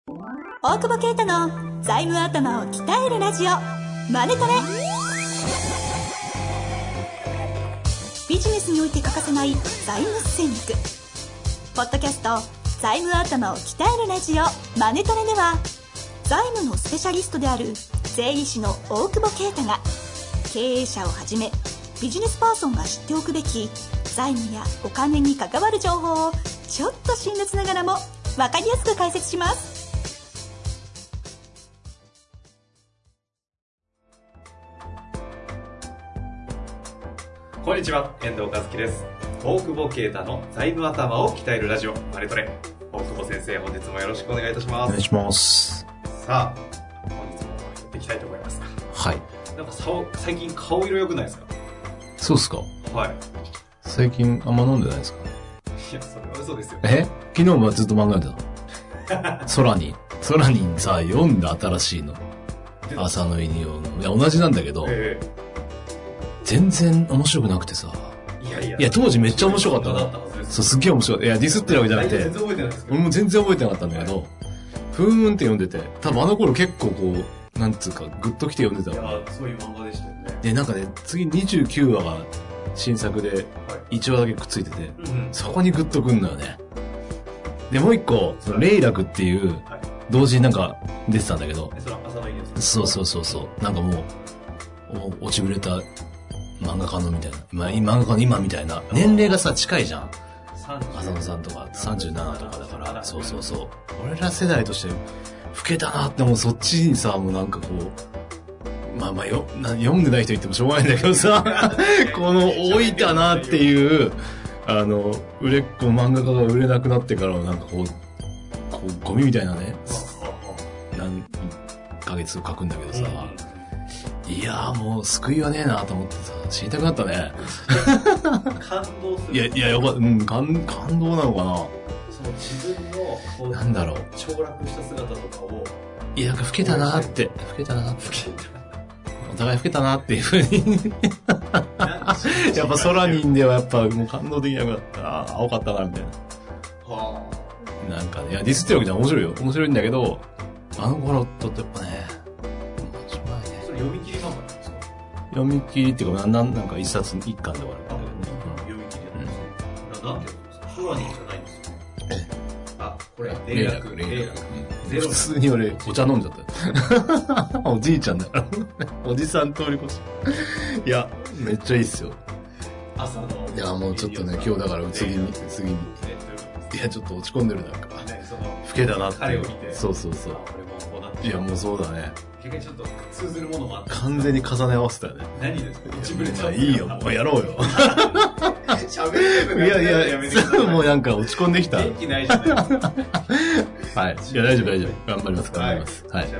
大久保啓太の財務頭を鍛えるラジオマネトレ。ビジネスにおいて欠かせない財務戦略。ポッドキャスト財務頭を鍛えるラジオマネトレでは、財務のスペシャリストである税理士の大久保啓太が、経営者をはじめビジネスパーソンが知っておくべき財務やお金に関わる情報をちょっと辛辣ながらも分かりやすく解説します。 こんにちは、遠藤和樹です。大久保啓太の財務頭を鍛えるラジオマネトレ。大久保先生、本日もよろしくお願いいたします。 お願いします。 さあ、本日もやっていきたいと思います。 はい。 なんか最近顔色良くないですか？ そうっすか？ はい。 最近あんま飲んでないですか？ いや、それは嘘ですよ。 昨日もずっと漫画読んでた。空にさ、読んだ新しいの。朝の引用の。いや、同じなんだけど、全然面白くなくてさ。いや、当時めっちゃ面白かったな。そう、すっげえ面白い。いや、ディスってるわけじゃなくて。 全然覚えてないですけど。 俺も全然覚えてなかったんだけど、ふーんって読んでて、多分あの頃結構こう、なんつうか、グッと来て読んでた。 いや、そういう漫画でしたよね。 で、なんかね、次29話が新作で、1話だけくっついてて、そこにグッとくんのよね。で、もう一個、レイラクっていう、同時になんか出てたんだけど、そう。なんかもう、落ちぶれた漫画家のみたいな。漫画家の今みたいな。年齢がさ、近いじゃん。浅野さんとか、37とかだから、そう。俺ら世代として、老けたなってもうそっちにさ、もうなんかこう、読んでない人言ってもしょうがないんだけどさ、この老いたなっていう、売れっ子漫画家が売れなくなってからはなんかこうゴミみたいなね、何ヶ月書くんだけどさ、いやーもう救いはねえなと思ってさ、知りたくなったね。 感動する。 いや、感動なのかな。 その自分の、こう、 なんだろう。 凋落した姿とかを。 いや、なんか老けたなって。お互い老けたなっていう風に。やっぱ空にんではやっぱもう感動できなくなった。青かったな、みたいな。なんかね、いや、ディスってるわけじゃ面白いよ。面白いんだけど、あの頃とってやっぱね、 それ読み切り漫画なんですか？ 読み切りっていうか、なんか一冊一巻で終わる。 読み切りやったんですよ。なんていうんですか？空にじゃないんですよ。これ、霊楽。 普通に俺、お茶飲んじゃった。おじいちゃんだから。おじさん通り越し。いや、めっちゃいいっすよ。 朝の。 いや、もうちょっとね、今日だから次に。いや、ちょっと落ち込んでるなんか。老けだなって。 彼を見て。 そう。いや、もうそうだね。 逆にちょっと通ずるものもあった。 完全に重ね合わせたよね。 何ですか？一部でちゃう。 いいよ、もうやろうよ。 喋れる。 いや、もうなんか落ち込んできた。 元気ないじゃないですか。 はい。いや、大丈夫。頑張ります。はい。 じゃあ、いいですか？ はい。 せっ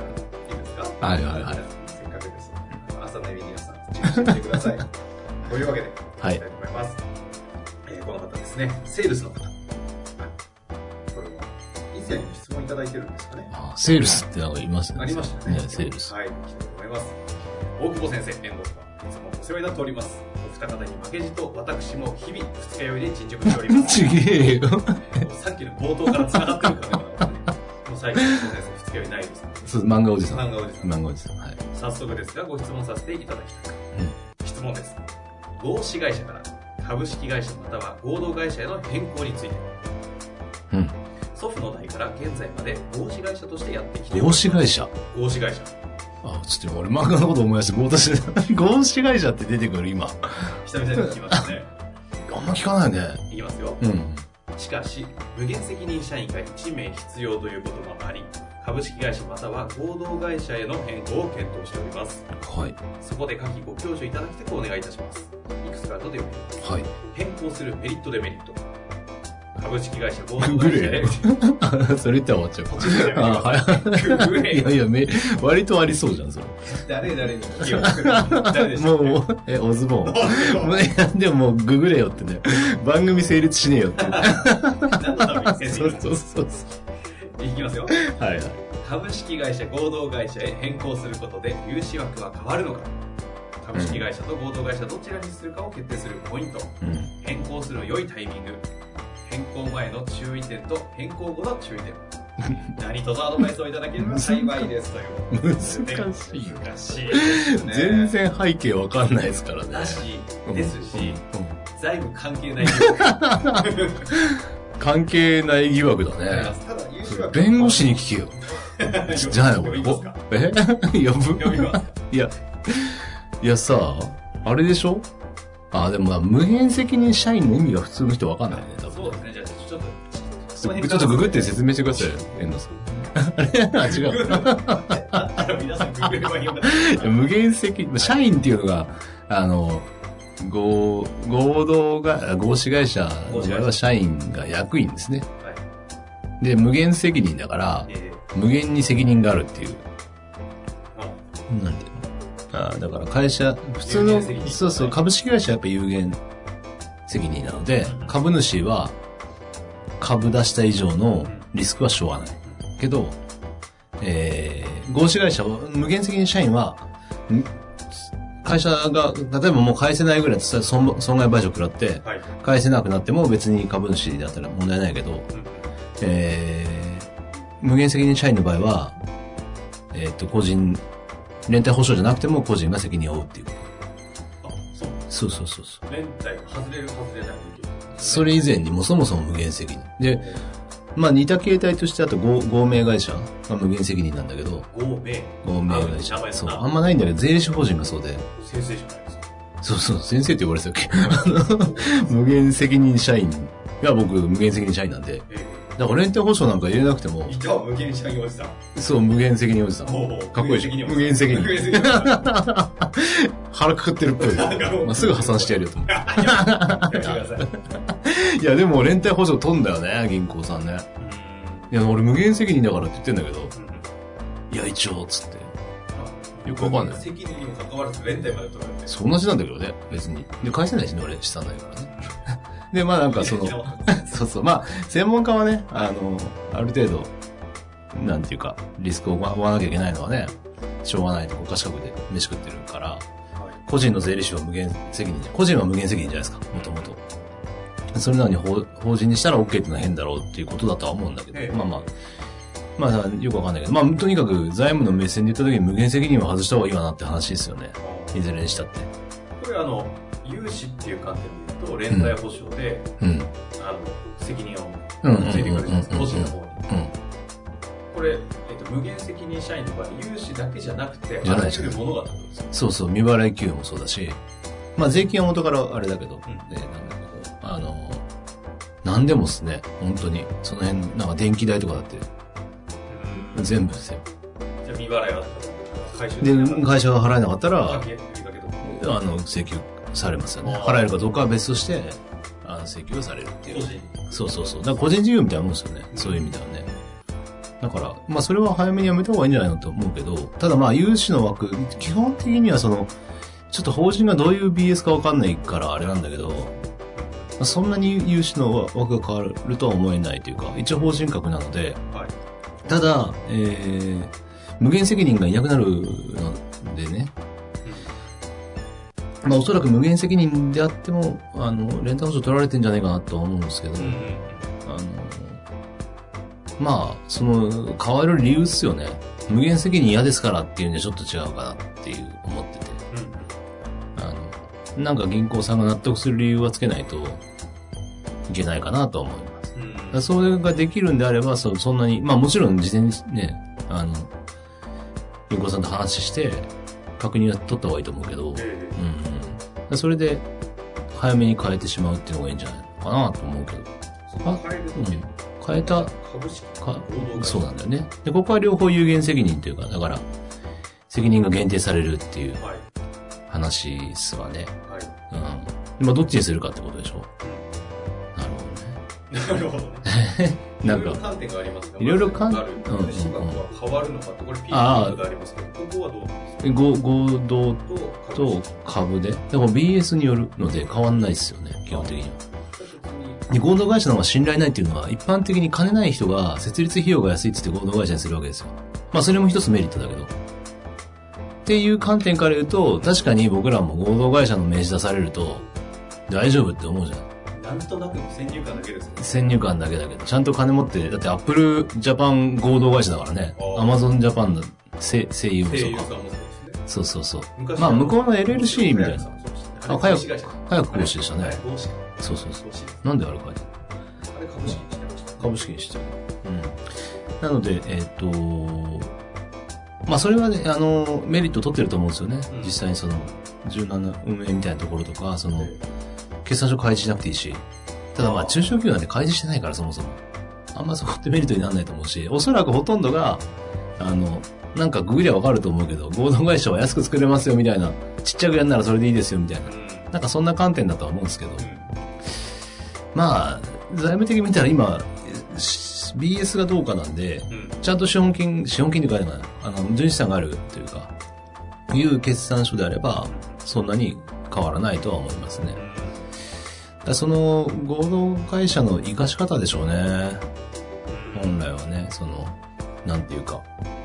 かくですので、朝のエビ皆さん、チェックしてみてください。というわけで、 はい。 いきたいと思います。この方ですね、セールスの方。これは、以前に質問いただいてるんですかね。 セールスってなんかいますね。 ありましたね。 セールス。 はい、いきたいと思います。大久保先生、遠藤さん、いつもお世話になっております。お二方に負けじと私も日々二日酔いで進捗しております。 ちげえよ。 さっきの冒頭から繋がってるからね。もう最近の先生二日酔いないですか？ そう、漫画おじさん。 漫画おじさん。 はい。 早速ですがご質問させていただきたく。質問です。合資会社から株式会社または合同会社への変更について。祖父の代から現在まで合資会社としてやってきている。 合資会社。ちょっと俺漫画のこと思い出して、合資会社って出てくる今。 久々に聞きましたね。 あんま聞かないね。 いきますよ。しかし、無限責任社員が1名必要ということもあり、株式会社または合同会社への変更を検討しております。 はい。 そこで下記ご教授いただきたくお願いいたします。いくつか後で読みます。 はい。変更するメリットデメリット。株式会社合同会社へ。 それ言ったら終わっちゃう。はい。いや、割とありそうじゃん、それ。 誰に誰でしょう、もう、オズボーン。でももうググれよってね。番組成立しねえよって。 何のためにそう。 いきますよ。 はい。 株式会社合同会社へ変更することで融資枠は変わるのか。株式会社と合同会社どちらにするかを決定するポイント。変更する良いタイミング。変更前の注意点と変更後の注意点。 何卒アドバイスをいただければ幸いですという。 難しい。 難しいですね。 全然背景わかんないですからね。 だし、ですし、財務関係ない。 関係ない疑惑だね。 ただ融資は弁護士に聞けよ。じゃないの？ 呼びますか？ 呼ぶ？ 呼びます。 いやさ、あれでしょ？でも無限責任社員の意味が普通の人わかんないね、多分。 そうですね、じゃあちちょっとググって説明してください、遠藤さん。違う。 皆さんググればいいよか無限責任、社員っていうのが、合資会社の場合は社員が役員ですね。はい、で、無限責任だから、無限に責任があるっていう。なんていうの？だから会社、普通の、そう、株式会社はやっぱ有限責任なので、株主は株出した以上のリスクはしょうがない。けど、合資会社は、無限責任社員は、会社が、例えばもう返せないぐらい損害賠償食らって、返せなくなっても別に株主だったら問題ないけど、無限責任社員の場合は、個人、連帯保証じゃなくても個人が責任を負うっていう。そう。 連帯外れない。 それ以前にもそもそも無限責任。で、似た形態としてあと合名会社が無限責任なんだけど。合名会社。そう。あんまないんだけど、税理士法人がそうで。 先生じゃないですか。 そう、先生って呼ばれてたっけ？無限責任社員が僕無限責任社員なんで。だから連帯保証なんか入れなくても。 無限社員おじさん。 そう、無限責任おじさん。かっこいいし。無限責任。腹くくってるっぽい。すぐ破産してやるよと思って。いや、でも連帯保証取んだよね、銀行さんね。いや、俺無限責任だからって言ってんだけど。いや、一応、つって。よくわかんない。 責任にも関わらず連帯まで取られて。 そう同じなんだけどね、別に。で、返せないしね、俺、資産ないからね。で、なんかそう、専門家はね、ある程度、なんていうか、リスクを負わなきゃいけないのはね、しょうがないと国家資格で飯食ってるから、個人の税理士は無限責任個人は無限責任じゃないですか、もともと。それなのに法人にしたら OK っていうのは変だろうっていうことだとは思うんだけど、よくわかんないけど、とにかく財務の目線で言った時に無限責任は外した方がいいわなって話ですよね。いずれにしたって。 これ融資っていう観点で言うと、連帯保証で、責任をついてくるじゃないですか、個人の方に。これ、無限責任社員の場合、融資だけじゃなくて、あらゆるものがってことですか？ そう、未払い給与もそうだし、税金は元からあれだけど、なんでもっすね、本当に。その辺、なんか電気代とかだって、全部ですよ。 じゃあ未払いがあったら、 会社が払えなかったら、請求されますよね。払えるかどうかは別として、請求されるっていう。そう。だから個人事業みたいなもんですよね。そういう意味ではね。だから、それは早めにやめた方がいいんじゃないのと思うけど、ただ融資の枠、基本的にはちょっと法人がどういう BS かわかんないからあれなんだけど、そんなに融資の枠が変わるとは思えないというか、一応法人格なので、ただ、無限責任がいなくなるのでね、おそらく無限責任であっても、連帯保証取られてんじゃないかなとは思うんですけど、変わる理由っすよね。無限責任嫌ですからっていうんでちょっと違うかなっていう思ってて。なんか銀行さんが納得する理由はつけないといけないかなと思います。それができるんであれば、そんなに、もちろん事前にね、銀行さんと話して、確認は取った方がいいと思うけど、それで早めに変えてしまうっていうのがいいんじゃないのかなと思うけど。変えた株式そうなんだよね。で、ここは両方有限責任というか、だから責任が限定されるっていう話っすわね。どっちにするかってことでしょ。 なるほどね。 なんかいろいろ観点がありますが、 いろいろ観点資格は変わるのかって、これ P がありますけど、ここはどうなんですか？ 合同と株で。でも BS によるので変わんないですよね、基本的には。で、合同会社の方が信頼ないっていうのは、一般的に金ない人が設立費用が安いって言って合同会社にするわけですよ。それも一つメリットだけど。っていう観点から言うと、確かに僕らも合同会社の名刺出されると、大丈夫って思うじゃん。 なんとなく先入観だけですね。 先入観だけだけど、ちゃんと金持って、だってアップルジャパン合同会社だからね。アマゾンジャパンの声優もそうか。そうそうそう。まあ向こうの LLC みたいな。あ、早く講師でしたね。そうそうそう。なんであれかい。 あれ株式にしてました。 株式にしてる。うん。なので、まあそれはね、メリット取ってると思うんですよね。実際にその、柔軟な運営みたいなところとか、その、決算書開示しなくていいし。ただまあ中小企業なんて開示してないからそもそも。あんまそこってメリットにならないと思うし、おそらくほとんどが、なんかググりゃわかると思うけど、合同会社は安く作れますよみたいな、ちっちゃくやんならそれでいいですよみたいな。なんかそんな観点だとは思うんですけど。まあ、財務的に見たら今、BS がどうかなんで、ちゃんと資本金というか、純資産があるというか、いう決算書であれば、そんなに変わらないとは思いますね。その合同会社の活かし方でしょうね。本来はね、その、なんていうか、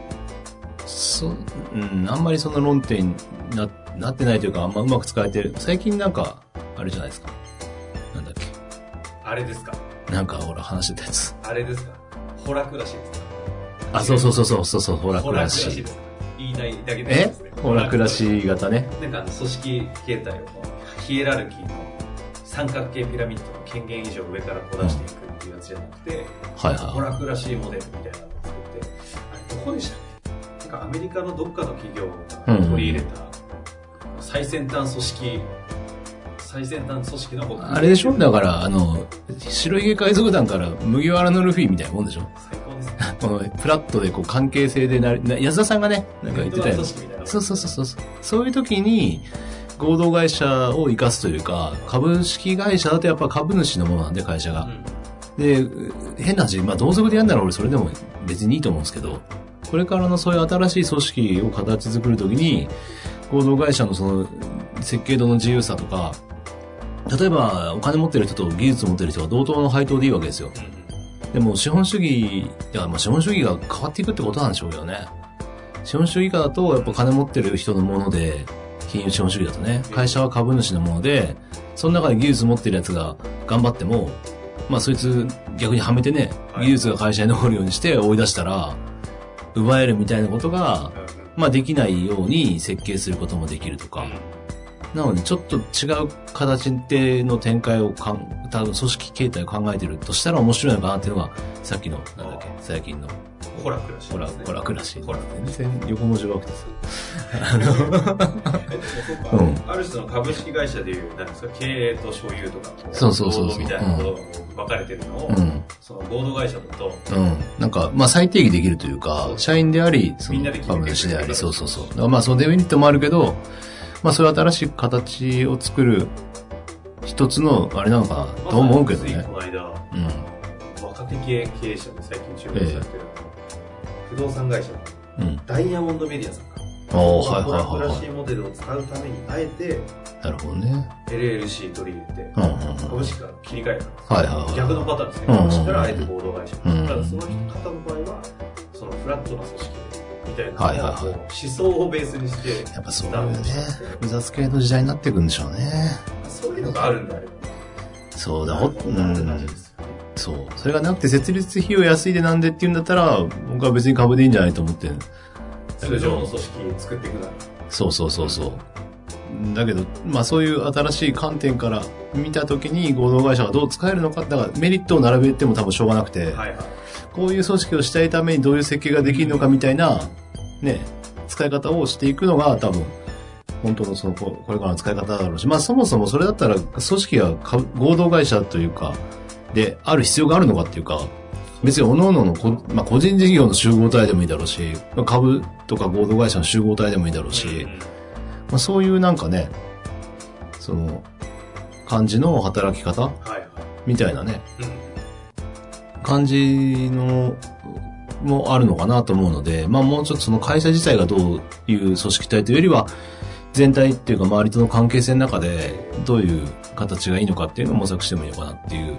あんまりその論点になってないというか、あんまうまく使えてる。最近なんか、あれじゃないですか。なんだっけ。 あれですか。 なんかほら話してたやつ。 あれですか。ホラクラシですか。 あ、そう、ホラクラシ。 言いないだけですね。 ホラクラシ型ね。 なんか組織形態をヒエラルキーの三角形ピラミッドの権限以上上からこう出していくっていうやつじゃなくて、ホラクラシモデルみたいなのを作って、あれどこでしたっけ？なんかアメリカのどっかの企業が取り入れた最先端組織のあれでしょ？だから白ひげ海賊団から麦わらのルフィみたいなもんでしょ？ 最高ですね。 このフラットでこう関係性で安田さんがね、なんか言ってたよ。そう。そういう時に合同会社を生かすというか、株式会社だとやっぱ株主のものなんで会社が。で、変な話、まあ同族でやんなら俺それでも別にいいと思うんですけど、これからのそういう新しい組織を形作るときに、合同会社のその設計度の自由さとか、例えばお金持ってる人と技術を持ってる人が同等の配当でいいわけですよ。でも資本主義が変わっていくってことなんでしょうけどね。資本主義下だとやっぱ金持ってる人のもので、金融資本主義だとね、会社は株主のもので、その中で技術持ってるやつが頑張っても、まあそいつ逆にはめてね、技術が会社に残るようにして追い出したら、奪えるみたいなことが、まあできないように設計することもできるとか。なのでちょっと違う形での展開を多分組織形態を考えてるとしたら面白いのかなっていうのが、さっきの、なんだっけ、最近の。 ホラクラシ。 ホラクラシ。全然横文字弱くてさ。 ある種の株式会社でいう、何ですか、経営と所有とか、 そうみたいなことが分かれてるのを、その合同会社だと、 なんか、まあ最定義できるというか、社員であり、その株主であり、そう。だからまあそのデメリットもあるけど、まあそういう新しい形を作る一つのあれなのかなと思うけどね。 この間、若手経営者で最近注目されてる、不動産会社のダイヤモンドメディアさんが、ホラクラシモデルを使うためにあえて、 なるほどね。 LLC 取り入れて、株式から切り替えたんです。逆のパターンですね。株式からあえて合同会社。ただその方の場合は、そのフラットな組織みたいな思想をベースにして、 やっぱそういうね、複雑系の時代になっていくんでしょうね。 そういうのがあるんだよ。 そうだ、そう。それがなくて設立費用安いでなんでって言うんだったら、僕は別に株でいいんじゃないと思って。 通常の組織作っていくなら。 そう。だけど、まあそういう新しい観点から見たときに合同会社がどう使えるのか、だからメリットを並べても多分しょうがなくて、こういう組織をしたいためにどういう設計ができるのかみたいな、ね、使い方をしていくのが多分、本当のその、これからの使い方だろうし、まあそもそもそれだったら組織が合同会社というか、で、ある必要があるのかっていうか、別に各々の個人事業の集合体でもいいだろうし、株とか合同会社の集合体でもいいだろうし、まあ、そういうなんかね、その、感じの働き方、みたいなね、感じの、もあるのかなと思うので、まあもうちょっとその会社自体がどういう組織体というよりは、全体っていうか周りとの関係性の中でどういう形がいいのかっていうのを模索してもいいのかなっていう、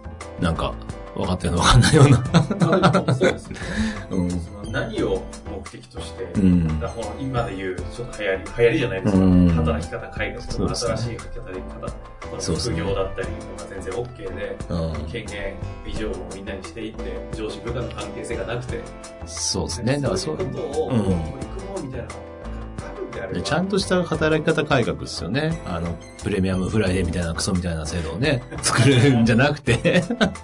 なんか分かってるの分かんないような。 そうですね。何を目的として、今で言うちょっと流行りじゃないですか、働き方改革とか新しい働き方、副業だったりとか全然 OK で、権限以上をみんなにしていって上司部下の関係性がなくて、 そうですね。だからそういうことを取り組もうみたいな。 ちゃんとした働き方改革ですよね。プレミアムフライデーみたいなクソみたいな制度をね、作るんじゃなくて。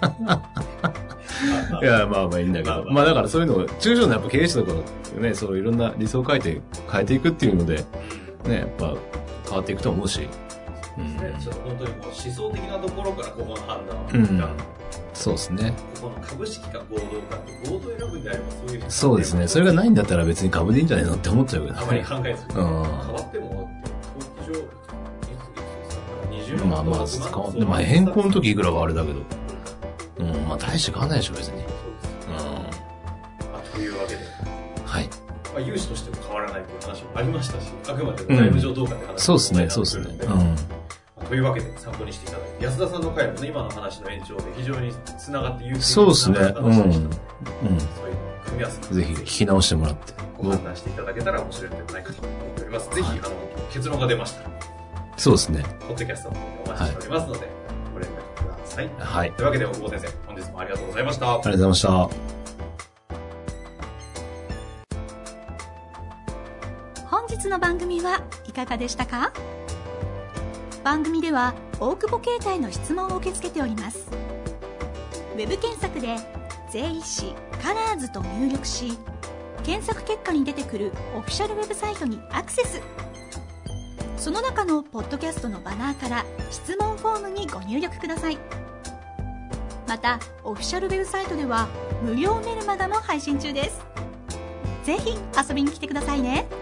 いや、まあいいんだけど。まあだからそういうのを、中小のやっぱ経営者とかね、そういろんな理想を変えていくっていうので、ね、やっぱ変わっていくと思うし。 ちょっと本当にもう思想的なところからここの判断は、 そうですね。 ここの株式か合同かって合同選ぶんであればそういう。 そうですね。それがないんだったら別に株でいいんじゃないのって思っちゃうけど、ね。 あまり考えずに。変わっても、登記上、20 まあ変更の時いくらかあれだけど。まあ大して変わんないでしょ、別に。 というわけで。 はい。 融資としても変わらないという話もありましたし、あくまで財務上どうかって話もそうですね、そうですね。 というわけで参考にしていただいて、安田さんの回もね、今の話の延長で非常につながってそうですね。そういう組み合わせぜひ聞き直してもらって。 ご判断していただけたら面白いのではないかと思っております。ぜひ、結論が出ましたら。 そうですね。 ポッドキャストの方でお待ちしておりますので、ご連絡ください。 はい。 というわけで、大久保先生、本日もありがとうございました。 ありがとうございました。 本日の番組はいかがでしたか？番組では大久保携帯の質問を受け付けております。ウェブ検索で税理士カラーズと入力し、検索結果に出てくるオフィシャルウェブサイトにアクセス。その中のポッドキャストのバナーから質問フォームにご入力ください。またオフィシャルウェブサイトでは無料メルマガも配信中です。ぜひ遊びに来てくださいね。